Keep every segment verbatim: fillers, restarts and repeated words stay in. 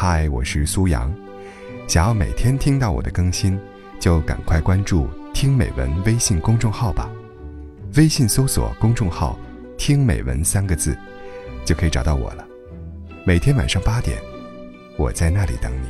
嗨，我是苏阳。想要每天听到我的更新，就赶快关注听美文微信公众号吧。微信搜索公众号听美文三个字，就可以找到我了。每天晚上八点，我在那里等你。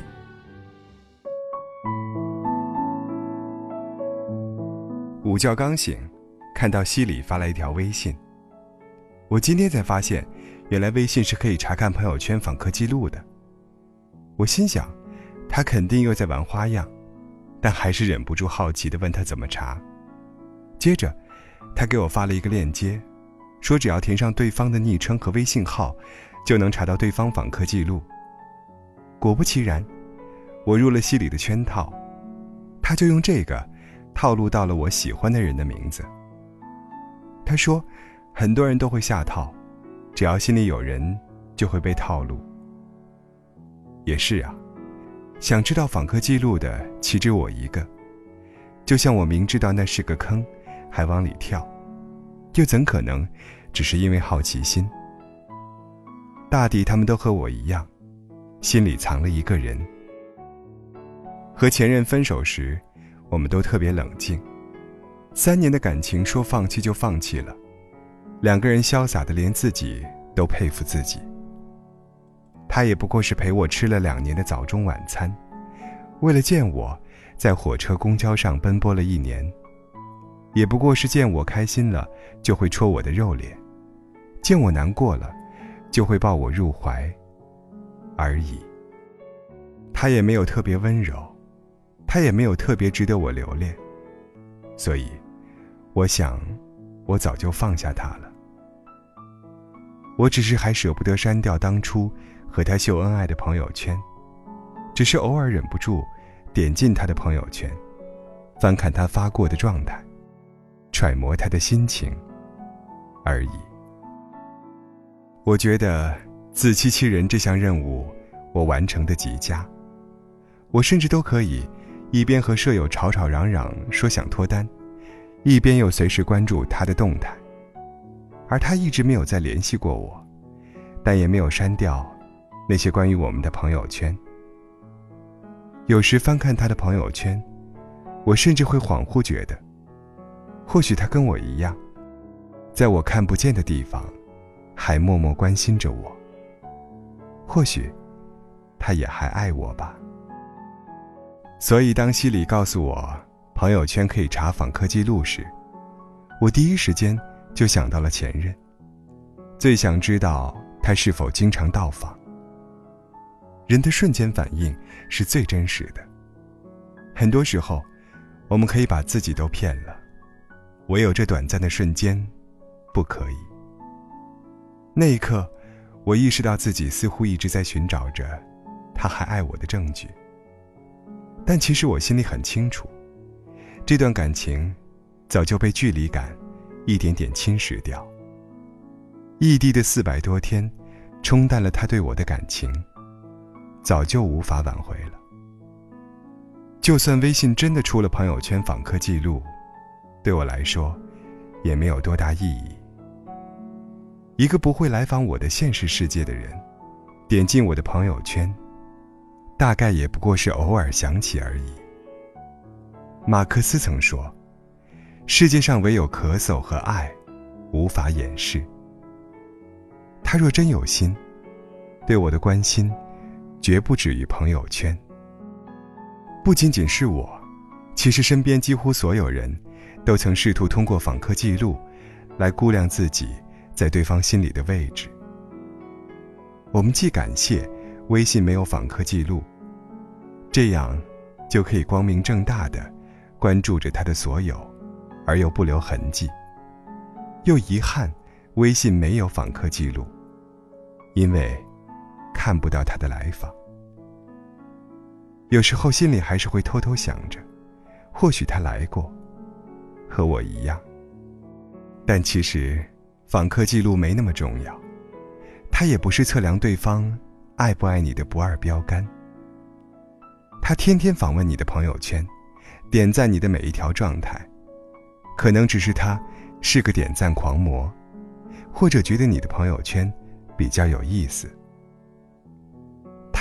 午觉刚醒，看到西里发来一条微信。我今天才发现，原来微信是可以查看朋友圈访客记录的。我心想，他肯定又在玩花样，但还是忍不住好奇地问他怎么查。接着他给我发了一个链接，说只要填上对方的昵称和微信号，就能查到对方访客记录。果不其然，我入了西里的圈套，他就用这个套路到了我喜欢的人的名字。他说很多人都会下套，只要心里有人就会被套路。也是啊，想知道访客记录的岂止我一个，就像我明知道那是个坑还往里跳，又怎可能只是因为好奇心。大抵他们都和我一样，心里藏了一个人。和前任分手时，我们都特别冷静，三年的感情说放弃就放弃了，两个人潇洒的连自己都佩服自己。他也不过是陪我吃了两年的早中晚餐，为了见我在火车公交上奔波了一年，也不过是见我开心了就会戳我的肉脸，见我难过了就会抱我入怀而已。他也没有特别温柔，他也没有特别值得我留恋，所以我想我早就放下他了。我只是还舍不得删掉当初和他秀恩爱的朋友圈，只是偶尔忍不住点进他的朋友圈，翻看他发过的状态，揣摩他的心情而已。我觉得自欺欺人这项任务我完成的极佳，我甚至都可以一边和舍友吵吵嚷嚷说想脱单，一边又随时关注他的动态。而他一直没有再联系过我，但也没有删掉那些关于我们的朋友圈。有时翻看他的朋友圈，我甚至会恍惚觉得，或许他跟我一样，在我看不见的地方还默默关心着我，或许他也还爱我吧。所以当西里告诉我朋友圈可以查访客记录时，我第一时间就想到了前任，最想知道他是否经常到访。人的瞬间反应是最真实的，很多时候我们可以把自己都骗了，唯有这短暂的瞬间不可以。那一刻我意识到自己似乎一直在寻找着他还爱我的证据，但其实我心里很清楚，这段感情早就被距离感一点点侵蚀掉。异地的四百多天冲淡了他对我的感情，早就无法挽回了。就算微信真的出了朋友圈访客记录，对我来说也没有多大意义。一个不会来访我的现实世界的人，点进我的朋友圈，大概也不过是偶尔想起而已。马克思曾说，世界上唯有咳嗽和爱无法掩饰。他若真有心，对我的关心绝不止于朋友圈。不仅仅是我，其实身边几乎所有人都曾试图通过访客记录来估量自己在对方心里的位置。我们既感谢微信没有访客记录，这样就可以光明正大地关注着他的所有，而又不留痕迹，又遗憾微信没有访客记录，因为看不到他的来访。有时候心里还是会偷偷想着，或许他来过，和我一样。但其实访客记录没那么重要，它也不是测量对方爱不爱你的不二标杆。他天天访问你的朋友圈，点赞你的每一条状态，可能只是他是个点赞狂魔，或者觉得你的朋友圈比较有意思。他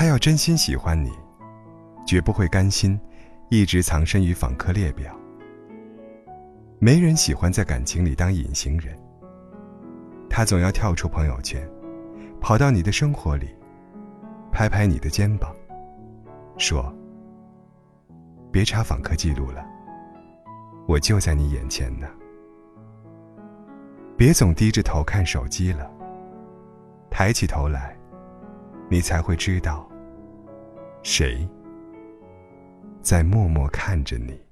他要真心喜欢你，绝不会甘心一直藏身于访客列表。没人喜欢在感情里当隐形人，他总要跳出朋友圈，跑到你的生活里，拍拍你的肩膀，说：别查访客记录了，我就在你眼前呢。别总低着头看手机了，抬起头来，你才会知道，谁在默默看着你。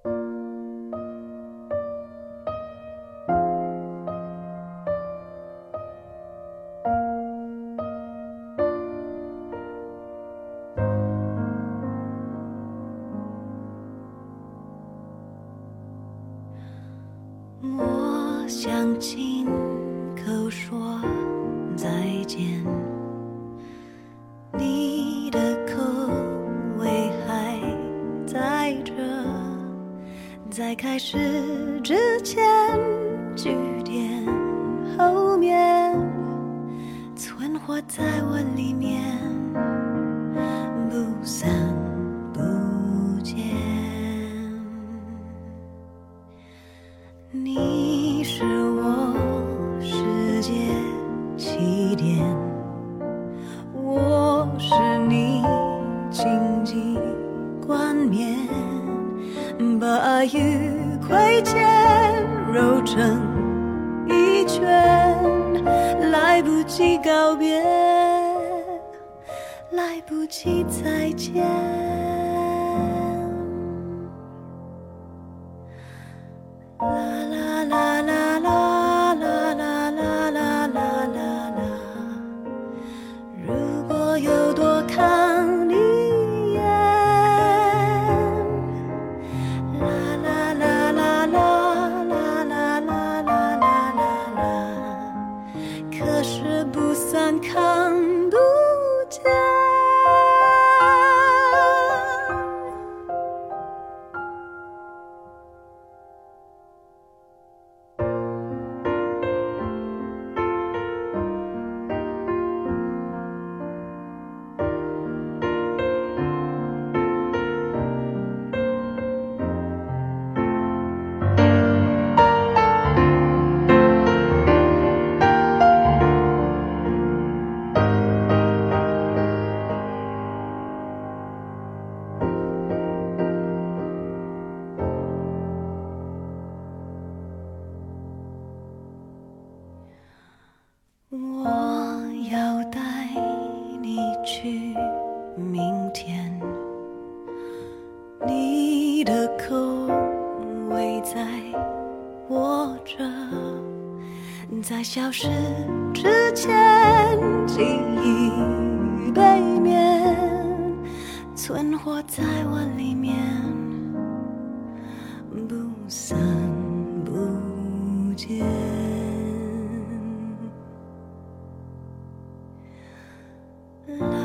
我想亲口说再见，你的口味还在这，在开始之前句点后面存活在我里面，不散不见。你是我世界起点，我是你荆棘冠冕，把鱼亏欠揉成一圈，来不及告别，来不及再见。啦啦啦啦啦啦啦啦啦啦啦啦，如果有多看你一眼，啦啦啦啦啦啦啦啦啦啦啦啦，可是不散看不见。我要带你去明天，你的口味在我这，在消失之前记忆背面存活在我里面，不散不见。啦